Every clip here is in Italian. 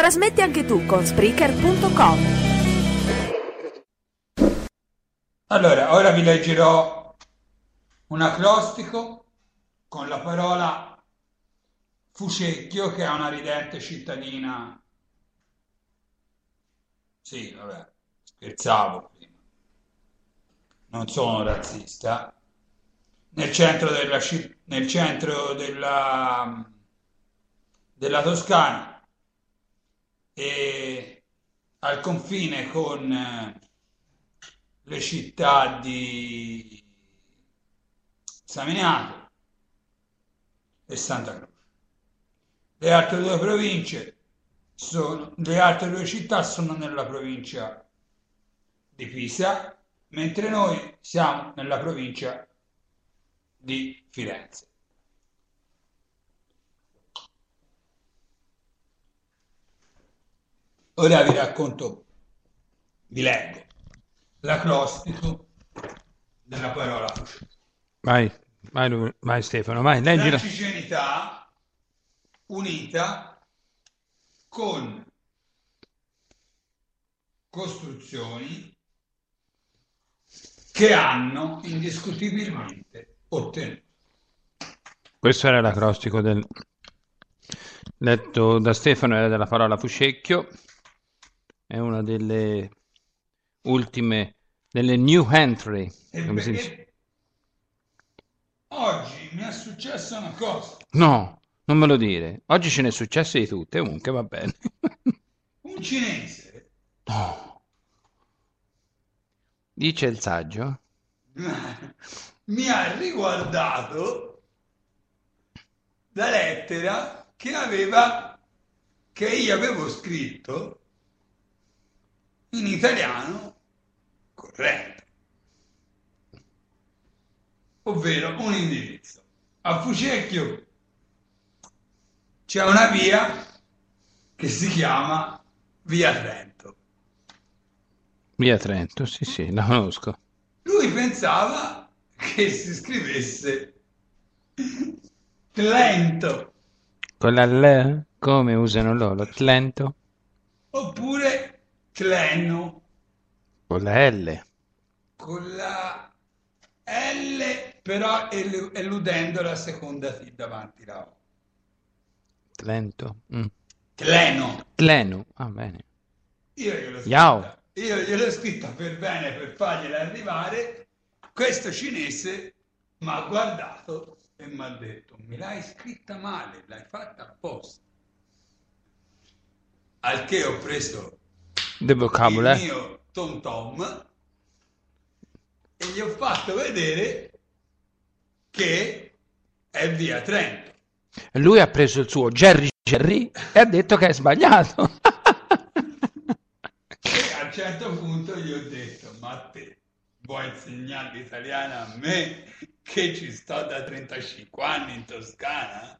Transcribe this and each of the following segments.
Trasmetti anche tu con Spreaker.com. Allora, ora vi leggerò un acrostico con la parola Fucecchio, che è una ridente cittadina. Sì, vabbè, scherzavo prima. Non sono razzista. Nel centro della Toscana e al confine con le città di Saminiato e Santa Croce. Le altre due città sono nella provincia di Pisa, mentre noi siamo nella provincia di Firenze. Ora vi leggo l'acrostico della parola fucile. Vai Stefano, vai, leggila. Francigenità unita con costruzioni che hanno indiscutibilmente ottenuto. Questo era l'acrostico letto da Stefano, era della parola Fucecchio, è una delle ultime, delle new entry, come si dice? Oggi mi è successa una cosa. No, non me lo dire, oggi ce n'è successo di tutte, comunque va bene. Un cinese. No. Dice il saggio? Mi ha riguardato la lettera che io avevo scritto in italiano corretto, ovvero un indirizzo. A Fucecchio c'è una via che si chiama Via Trento. Via Trento, sì, la conosco. Lui pensava che si scrivesse Tlento. Con la L, come usano loro? Tlento? Oppure Tleno. Con la L. Con la L, però eludendo la seconda T davanti la O. Tlento. Tleno. Tleno, bene. Io Yao. gliel'ho scritta per bene, per fargliela arrivare. Questo cinese mi ha guardato e mi ha detto: mi l'hai scritta male, l'hai fatta apposta. Al che ho preso The vocabulary. il mio Tom Tom e gli ho fatto vedere che è Via Trento. E lui ha preso il suo Jerry e ha detto che è sbagliato. E a un certo punto gli ho detto: ma te vuoi insegnare l'italiano a me che ci sto da 35 anni in Toscana?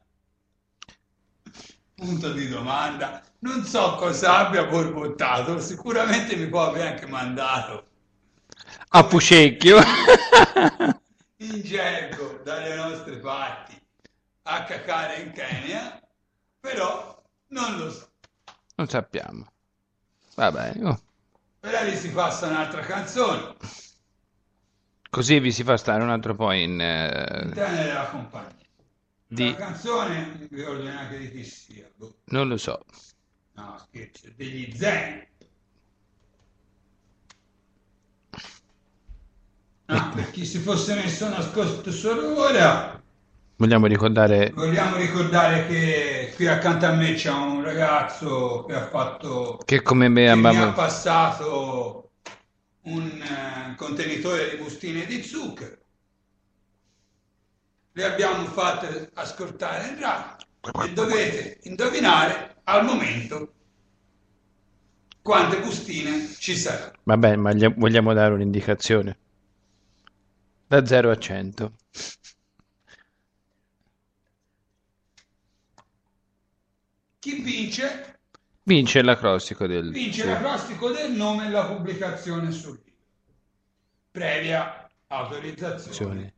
Punto di domanda. Non so cosa abbia borbottato, sicuramente mi può aver anche mandato A Fucecchio. in gergo dalle nostre parti a cacare in Kenya, però non lo so. Non sappiamo. Va bene. Ora vi si passa un'altra canzone, Così vi si fa stare un altro po' in tenere della compagnia. di... La canzone, non vi ricordo neanche di chi sia. Non lo so. No, scherzo, degli Zen. Per chi si fosse messo nascosto solo ora, Vogliamo ricordare... vogliamo ricordare che qui accanto a me c'è un ragazzo che ha fatto, Che come me che mi ha amavo... passato un contenitore di bustine di zucchero. Le abbiamo fatte ascoltare in radio e dovete indovinare al momento quante bustine ci saranno. Vabbè, ma vogliamo dare un'indicazione? Da 0 a 100. Chi vince? Vince l'acrostico Vince l'acrostico del nome e la pubblicazione sul libro, previa autorizzazione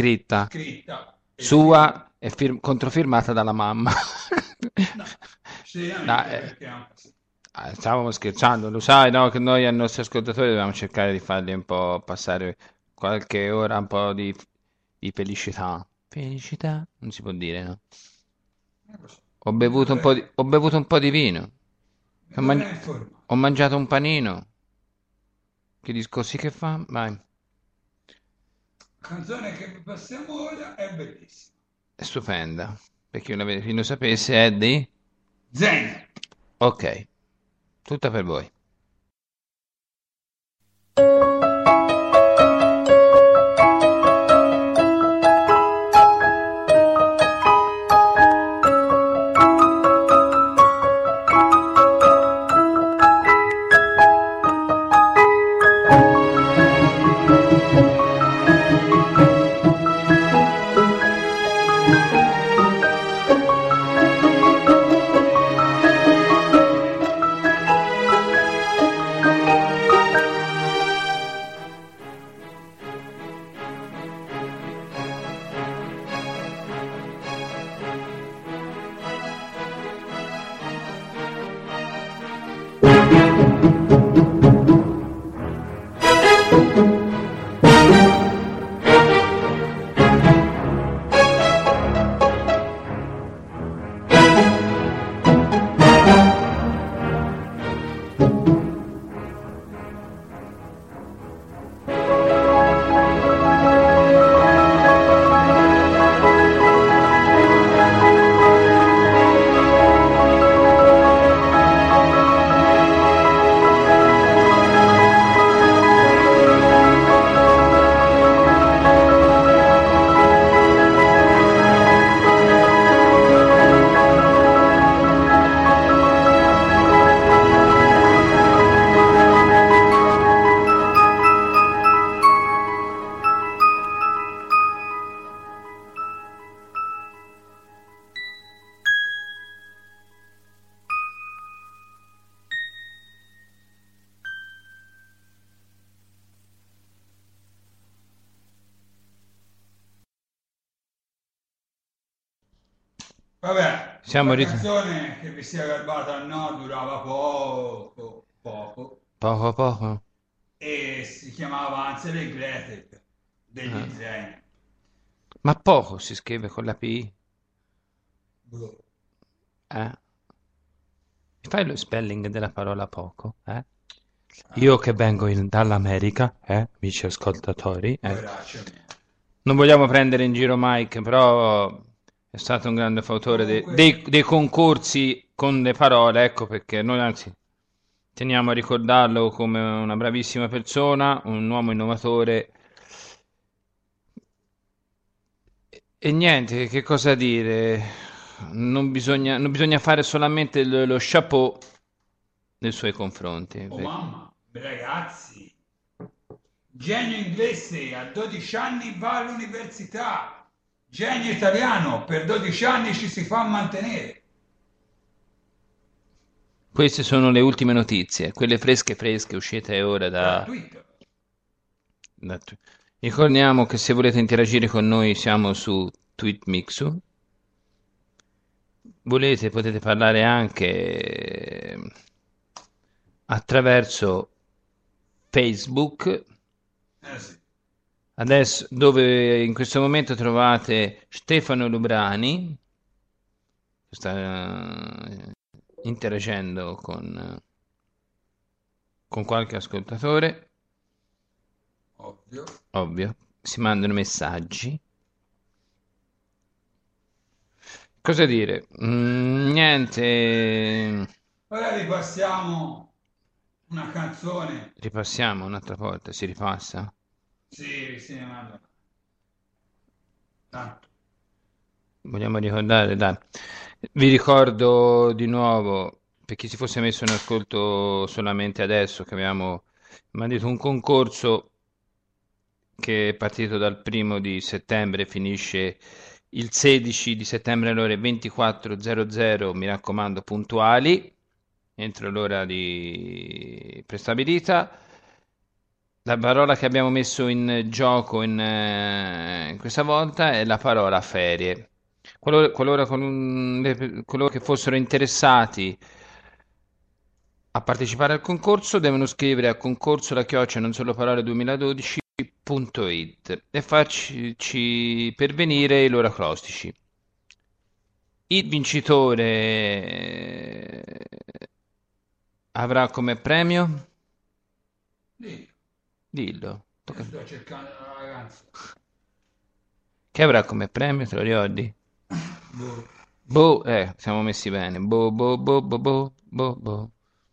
scritta scritta e sua e controfirmata dalla mamma. no, ci seriamente perché stavamo scherzando, lo sai, no? Che noi ai nostri ascoltatori dobbiamo cercare di farli un po' passare qualche ora un po' di felicità. Felicità? Non si può dire, no? non lo so, Ho bevuto un po' di vino. mi dovrei informare. Ho mangiato un panino. Che discorsi che fa? Vai. La canzone che vi passiamo ora è bellissima. È stupenda. Per chi non lo sapesse, è di... Zen. Ok. Tutta per voi. Vabbè, Siamo la rit- canzone che vi sia garbata o no durava poco, Poco poco. e si chiamava Hansel e Gretel degli Eh. Zen. Ma poco si scrive con la P? Boh. Eh? Mi fai lo spelling della parola poco? Io che vengo dall'America, amici ascoltatori, Poveraccio. non vogliamo prendere in giro Mike, però è stato un grande fautore Comunque- dei concorsi con le parole, ecco perché noi anzi teniamo a ricordarlo come una bravissima persona, un uomo innovatore. E niente, che cosa dire? Non bisogna fare solamente lo chapeau nei suoi confronti. Oh mamma, ragazzi, genio inglese a 12 anni va all'università, genio italiano per 12 anni ci si fa mantenere. Queste sono le ultime notizie, quelle fresche fresche uscite ora Da da... Twitter. Ricordiamo che se volete interagire con noi siamo su TweetMixu. Volete potete parlare anche attraverso Facebook. Sì. Adesso, dove in questo momento trovate Stefano Lubrani, che sta interagendo con qualche ascoltatore, Ovvio. si mandano messaggi. Cosa dire? Niente, Ora ripassiamo una canzone. ripassiamo un'altra volta, si ripassa. Sì, se ne manda. Tanto. Vogliamo ricordare, dai. Vi ricordo di nuovo, per chi si fosse messo in ascolto solamente adesso, che abbiamo mandato un concorso che è partito dal 1° di settembre e finisce il 16 di settembre alle ore 24:00, mi raccomando, puntuali, entro l'ora prestabilita. La parola che abbiamo messo in gioco in questa volta è la parola ferie. Qualora coloro che fossero interessati a partecipare al concorso devono scrivere a concorso@nonsoloparole2012.it e farci pervenire i loro acrostici. Il vincitore avrà come premio? Lì, Dillo. io sto cercando una ragazza. Che avrà come premio, te lo ricordi? Boh. Boh, siamo messi bene. Boh, boh, boh, boh, boh, boh, boh.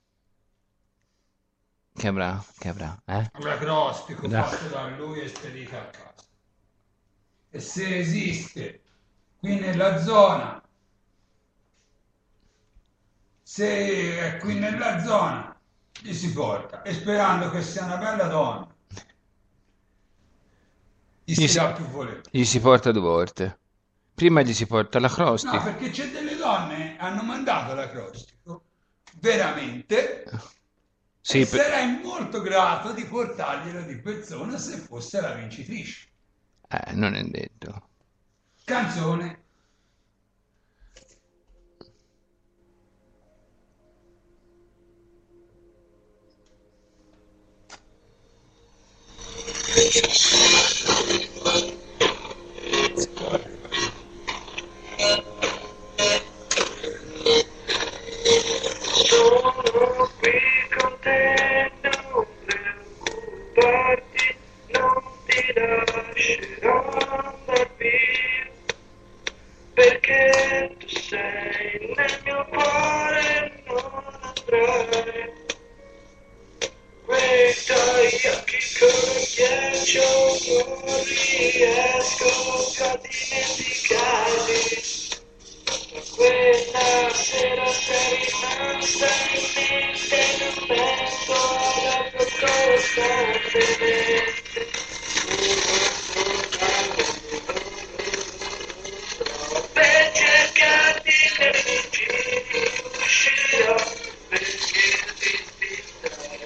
Che avrà? Che avrà? L'acrostico Da- fatto da lui e spedito a casa. E se esiste qui nella zona, se è qui nella zona, gli si porta. E sperando che sia una bella donna, gli Gli si si, dà più volere. gli si porta due volte. Prima gli si porta No, l'acrostico. perché c'è delle donne che hanno mandato l'acrostico, veramente, e Sì, sarei molto grato di portarglielo di persona se fosse la vincitrice. non è detto. Canzone. Sono qui con te, non preoccuparti, non ti lascerò andar via, perché tu sei nel mio cuore, non andrai. Quei tuoi occhi con ghiaccio non riesco a dimenticarli. Quella sera sei rimasta in mente, non penso alla tua costantemente. Per cercarti per i giri uscirò, perché ti distrae,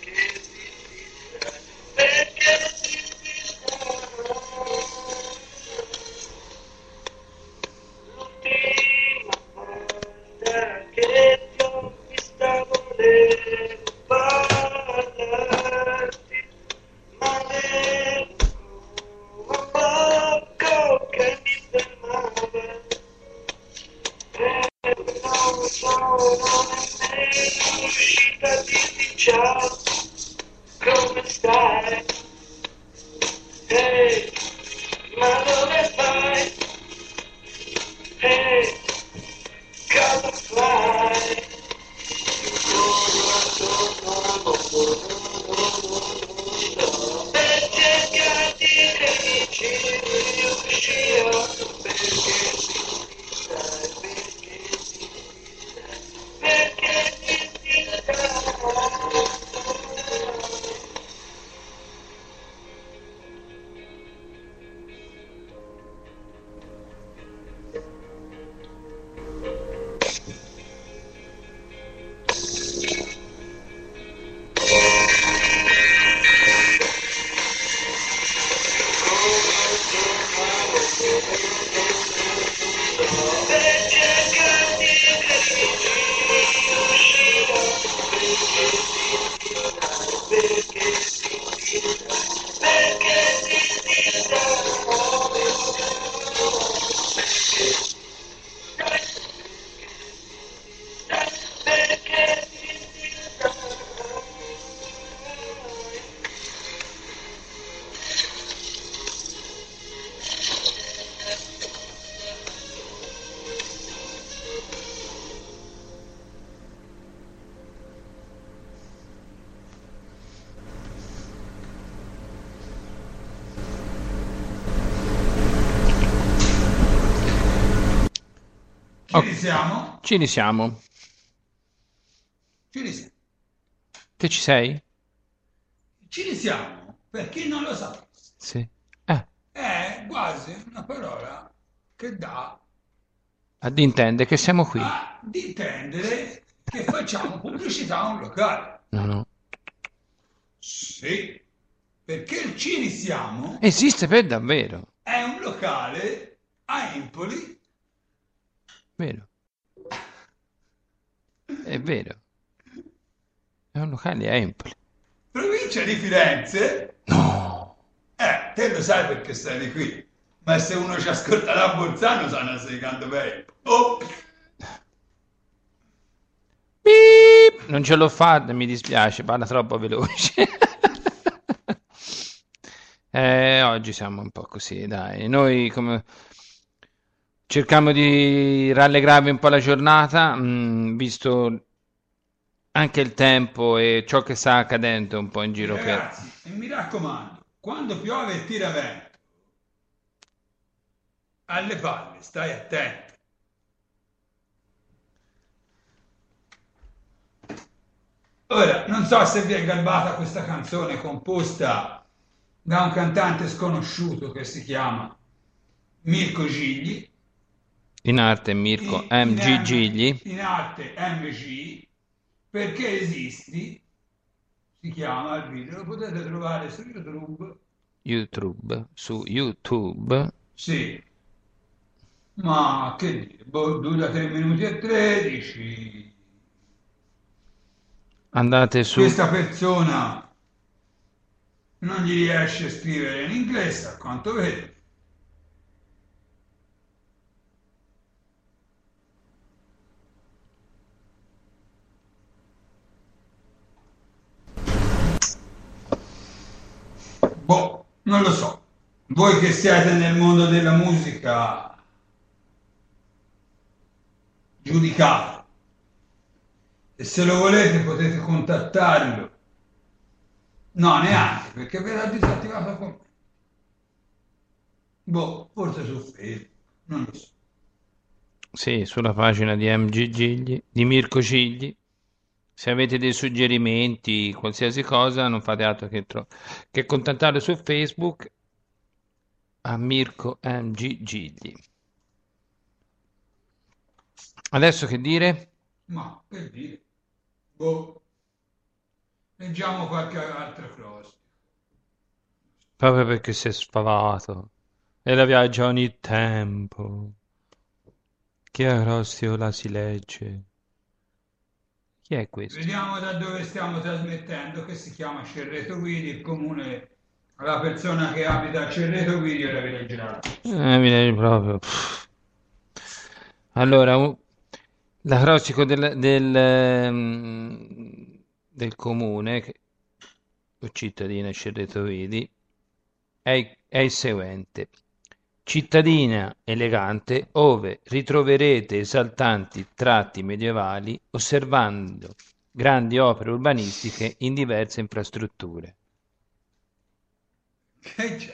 perché ti distrae. L'ultima volta che ti ho vista volevo parlarti, ma avevo un blocco che mi fermava e non sono nemmeno riuscita a dirti ciao, come stai? Ehi, ma dove vai? Ehi, cosa fai? Per cercarti che ci riuscirò, perché ti distrai. Per cercarti che ci riuscirò, perché ti perché ti Ci risiamo? Ci risiamo. Ci risiamo. Te ci sei? Ci risiamo, per chi non lo sapesse. Sì. È quasi una parola che dà Ad intendere che siamo qui. ad intendere che facciamo pubblicità a un locale. No, no. Sì, perché il Ci risiamo Esiste per davvero. è un locale a Empoli Vero, è vero. È un locale a Empoli. Provincia di Firenze? No! Te lo sai perché stai di qui. Ma se uno ci ascolta da Bolzano stanno secando bene. Oh! Beep! Non ce l'ho fatta, mi dispiace, parla troppo veloce. Oggi siamo un po' così, dai. Noi come cerchiamo di rallegrarvi un po' la giornata, visto anche il tempo e ciò che sta accadendo un po' in giro per... Ragazzi, e mi raccomando, quando piove e tira vento, alle palle, stai attento. Ora, non so se vi è garbata questa canzone composta da un cantante sconosciuto che si chiama Mirko Gigli, In arte Mirko in MG Gigli. arte MG, perché esisti, si chiama il video, lo potete trovare su YouTube. Su YouTube. Sì, ma che dire, dura 3 minuti e 13. Andate su... Questa persona non gli riesce a scrivere in inglese, a quanto vedo. Boh, non lo so. Voi che siete nel mondo della musica, giudicate. E se lo volete potete contattarlo. No, neanche, perché ve l'ha disattivato con me. Boh, forse su Facebook, non lo so. Sì, sulla pagina di MG Gigli, di Mirko Gigli. Se avete dei suggerimenti, qualsiasi cosa, non fate altro che contattarlo su Facebook a Mirko MG Gigli. Adesso che dire? Ma per dire, boh, leggiamo qualche altra cosa. Proprio perché si è sfavato. E la viaggia ogni tempo. Chi è Rostio la si legge? Chi è questo? Vediamo da dove stiamo trasmettendo, che si chiama Cerreto Guidi, il comune, la persona che abita a Cerreto Guidi ora vi leggerà. Mi legge proprio. Allora, l'acrostico del comune, o cittadina Cerreto Guidi, è il seguente. Cittadina elegante, ove ritroverete esaltanti tratti medievali, osservando grandi opere urbanistiche in diverse infrastrutture. Che c'è?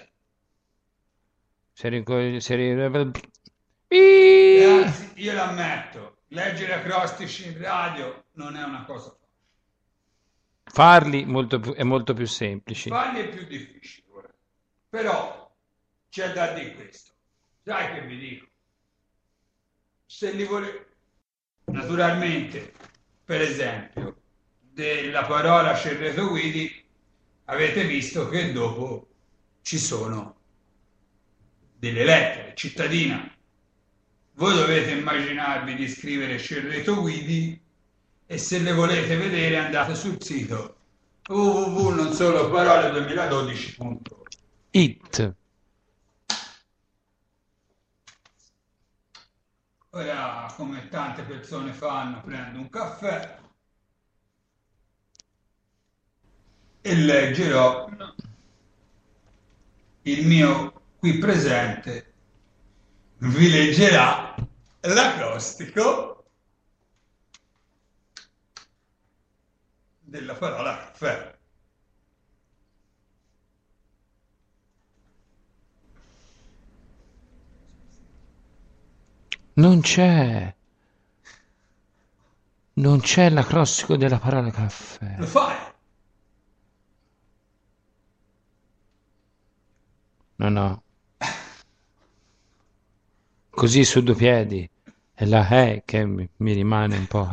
Ragazzi, io l'ammetto, leggere acrostici in radio non è una cosa facile. Farli è molto più semplice. Farli è più difficile, ora. Però c'è da dire questo. Sai che vi dico? Se li volete... Naturalmente, per esempio, della parola Cerreto Guidi, avete visto che dopo ci sono delle lettere. Cittadina, voi dovete immaginarvi di scrivere Cerreto Guidi e se le volete vedere andate sul sito www.nonsoloparole2012.it. Ora, come tante persone fanno, prendo un caffè e leggerò il mio qui presente, vi leggerà l'acrostico della parola caffè. Non c'è l'acrostico della parola caffè. Lo fai? No. Così su due piedi. È la che mi rimane un po',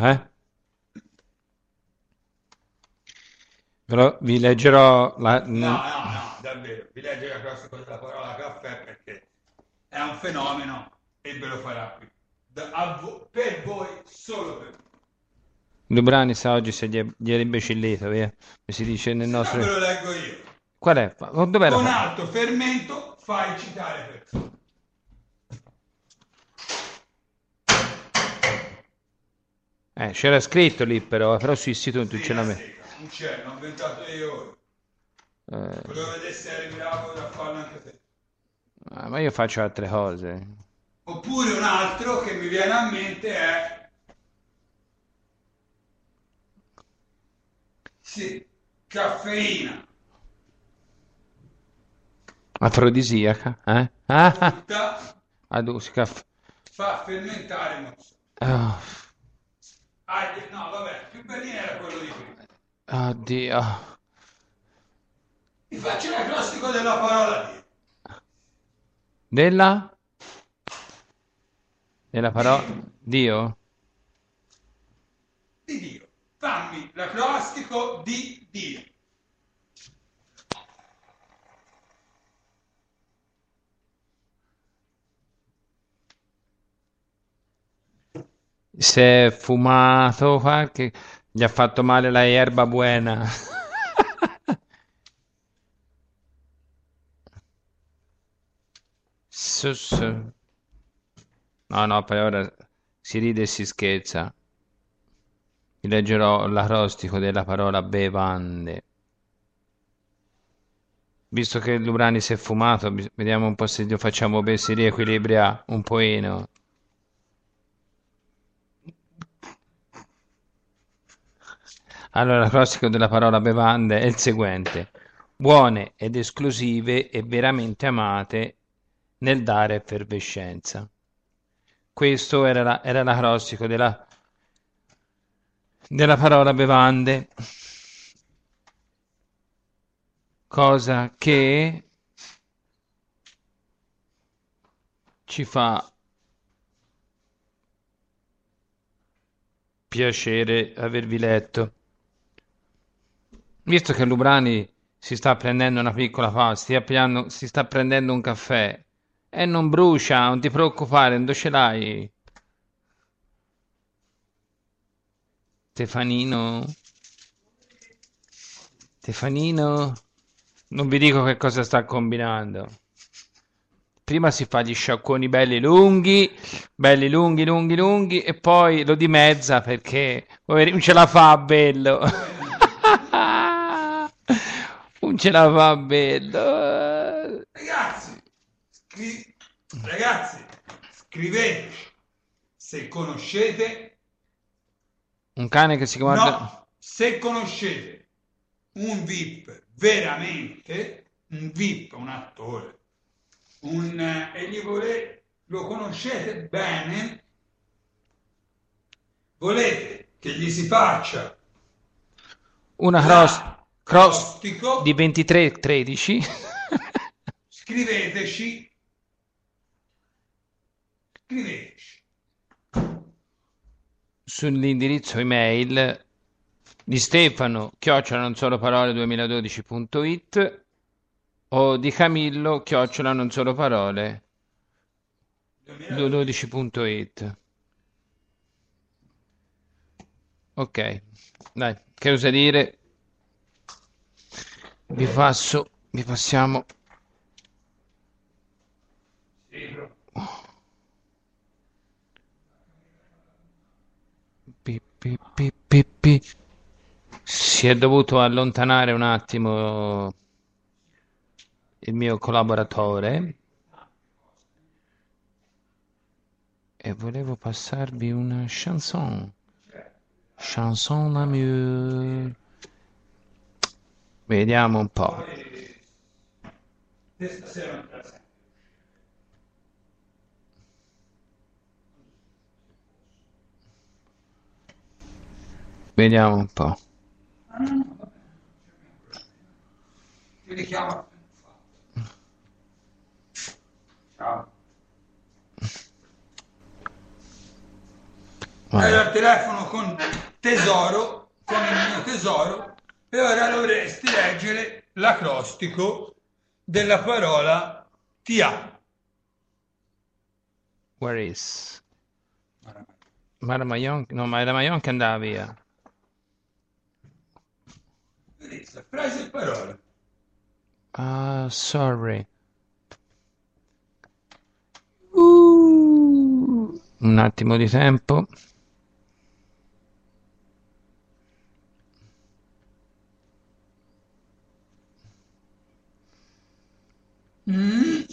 Però vi leggerò la... No, davvero. Vi leggo l'acrostico della parola caffè perché è un fenomeno e ve lo farà qui. per voi, solo per voi. Lubrani oggi si è imbecillito, via. Come si dice nel Se no nostro... ve lo leggo io. Qual è? Dov'è Con la... alto fermento fai citare persone. C'era scritto lì però su sito non ce l'ha Sì, messo. non c'è, l'ho inventato io. Volevo vedere se eri bravo a farlo anche te. Ma io faccio altre cose. Oppure un altro che mi viene a mente è... Sì, caffeina. Afrodisiaca, eh? Ah, Frutta adusca. fa fermentare mozzarella. Oh, No, vabbè, più bellino era quello di prima. oddio. Vi faccio l'acrostico della parola Dio. Della parola... Dio? Di Dio. Fammi l'acrostico di Dio. Si è fumato qualche... Gli ha fatto male la erba buena. Sus. No, per ora si ride e si scherza. Vi leggerò l'acrostico della parola bevande. Visto che Lubrani si è fumato, vediamo un po' se lo facciamo bere, si riequilibra un pochino. Allora, l'acrostico della parola bevande è il seguente: buone ed esclusive e veramente amate nel dare effervescenza. Questo era l'acrostico della parola bevande, cosa che ci fa piacere avervi letto. Visto che Lubrani si sta prendendo una piccola pausa, si sta prendendo un caffè e non brucia, non ti preoccupare, dove ce l'hai? Stefanino, non vi dico che cosa sta combinando. Prima si fa gli sciacquoni belli lunghi, e poi lo dimezza perché poverino, non ce la fa bello. Non ce la fa bello. Ragazzi, scriveteci se conoscete... Un cane che si guarda... No, se conoscete un VIP veramente, un VIP, un attore, lo conoscete bene, volete che gli si faccia una cross di 23-13. scriveteci sull'indirizzo email di Stefano @nonSoloParole2012.it o di Camillo @nonSoloParole2012.it. Ok, dai, che osa dire? Vi passiamo. Pi. Si è dovuto allontanare un attimo il mio collaboratore e volevo passarvi una chanson d'amour. Vediamo un po'. Vediamo un po'. Ti richiamo. Ciao. Ero al telefono con Tesoro, con il mio tesoro, e ora dovresti leggere l'acrostico della parola TA. Where is? Ma era Maion, no, ma era Maion che andava via. Inizia, frasi e parole. Ah, sorry. Un attimo di tempo. Mm.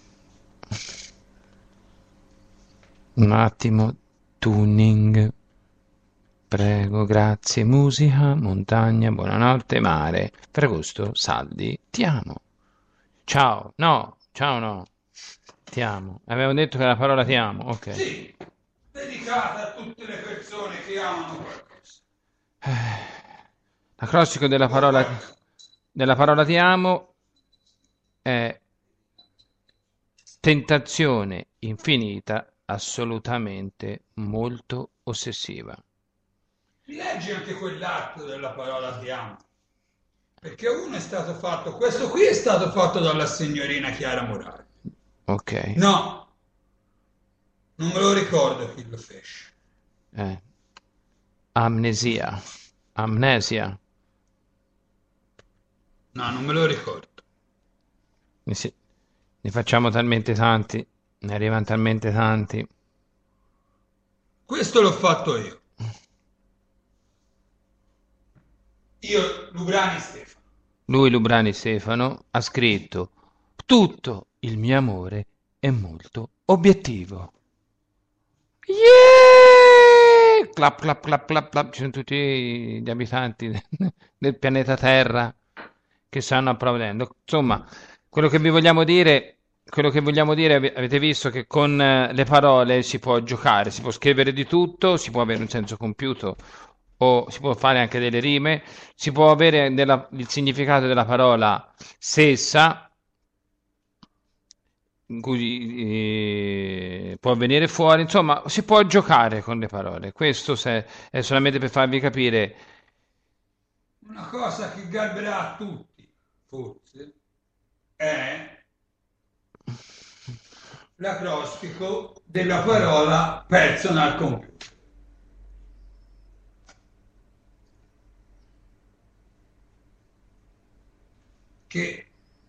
Un attimo. Tuning. Prego, grazie. Musica, montagna, buonanotte, mare. Pregusto, saldi, ti amo. Ciao, no, ciao no. Ti amo. Avevo detto che la parola ti amo, ok. Sì, dedicata a tutte le persone che amano qualcosa. L'acrostico della O parola ti amo è tentazione infinita, assolutamente molto ossessiva. Rileggi anche quell'atto della parola ti amo. Perché uno è stato fatto, questo qui è stato fatto dalla signorina Chiara Morale. Ok. No, non me lo ricordo chi lo fece. Amnesia. Amnesia. No, non me lo ricordo. Ne facciamo talmente tanti, ne arrivano talmente tanti. Questo l'ho fatto io. Io, Lubrani Stefano. Lui, Lubrani Stefano, ha scritto: tutto il mio amore è molto obiettivo. Yeah! Clap, clap, clap, clap, clap. Ci sono tutti gli abitanti del pianeta Terra che stanno applaudendo. Insomma, quello che vogliamo dire, avete visto che con le parole si può giocare, si può scrivere di tutto, si può avere un senso compiuto o si può fare anche delle rime, si può avere il significato della parola stessa, in cui può venire fuori, insomma, si può giocare con le parole. Questo è solamente per farvi capire. Una cosa che garberà a tutti, forse, è l'acrostico della parola personal computer. Che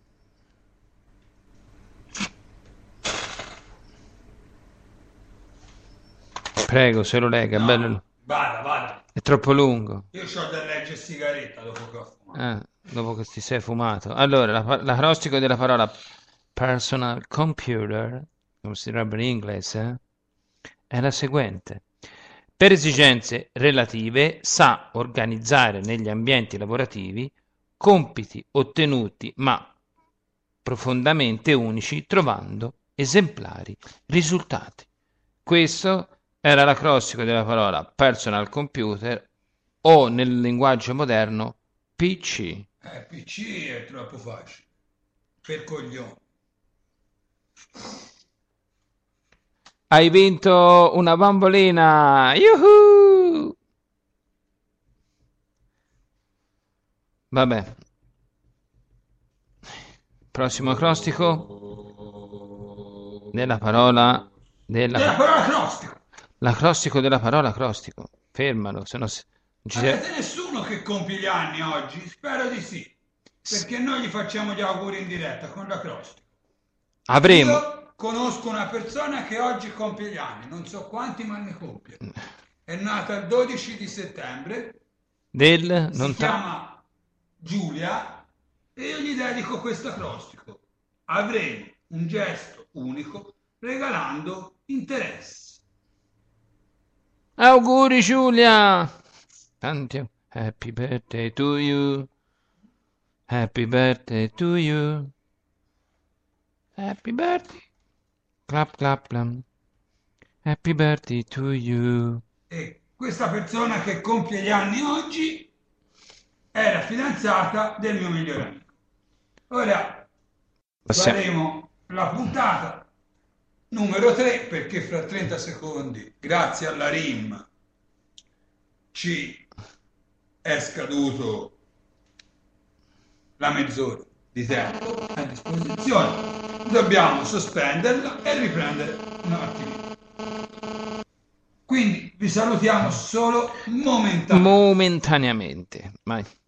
Prego, se lo lega, no, bello. vada. È troppo lungo. Io ho da leggere sigaretta dopo che ho fumato. Dopo che ti sei fumato. Allora, l'acrostico della parola personal computer, come si direbbe in inglese, è la seguente. Per esigenze relative sa organizzare negli ambienti lavorativi compiti ottenuti ma profondamente unici, trovando esemplari risultati. Questo era l'acrostico della parola personal computer o nel linguaggio moderno PC. PC è troppo facile. Per coglioni. Hai vinto una bambolina! Yuhu! Vabbè. Prossimo acrostico della parola Della parola acrostico. l'acrostico della parola acrostico. Fermalo, se no non ci sei. Avete nessuno che compie gli anni oggi? Spero di sì. Perché noi gli facciamo gli auguri in diretta con l'acrostico. Avremo. Io conosco una persona che oggi compie gli anni, non so quanti ma ne compie. È nata il 12 di settembre, si chiama Giulia e io gli dedico questo acrostico. Avremo un gesto unico regalando interessi. Auguri Giulia! Tanti happy birthday to you. Happy birthday to you. Happy birthday. Clap clap clap. Happy birthday to you. E questa persona che compie gli anni oggi è la fidanzata del mio migliore amico. Ora faremo la puntata numero 3 perché fra 30 secondi, grazie alla RIM, ci è scaduto la mezz'ora di tempo a disposizione. Dobbiamo sospenderla e riprendere un attimo. Quindi Vi salutiamo solo momentaneamente. momentaneamente. Vai.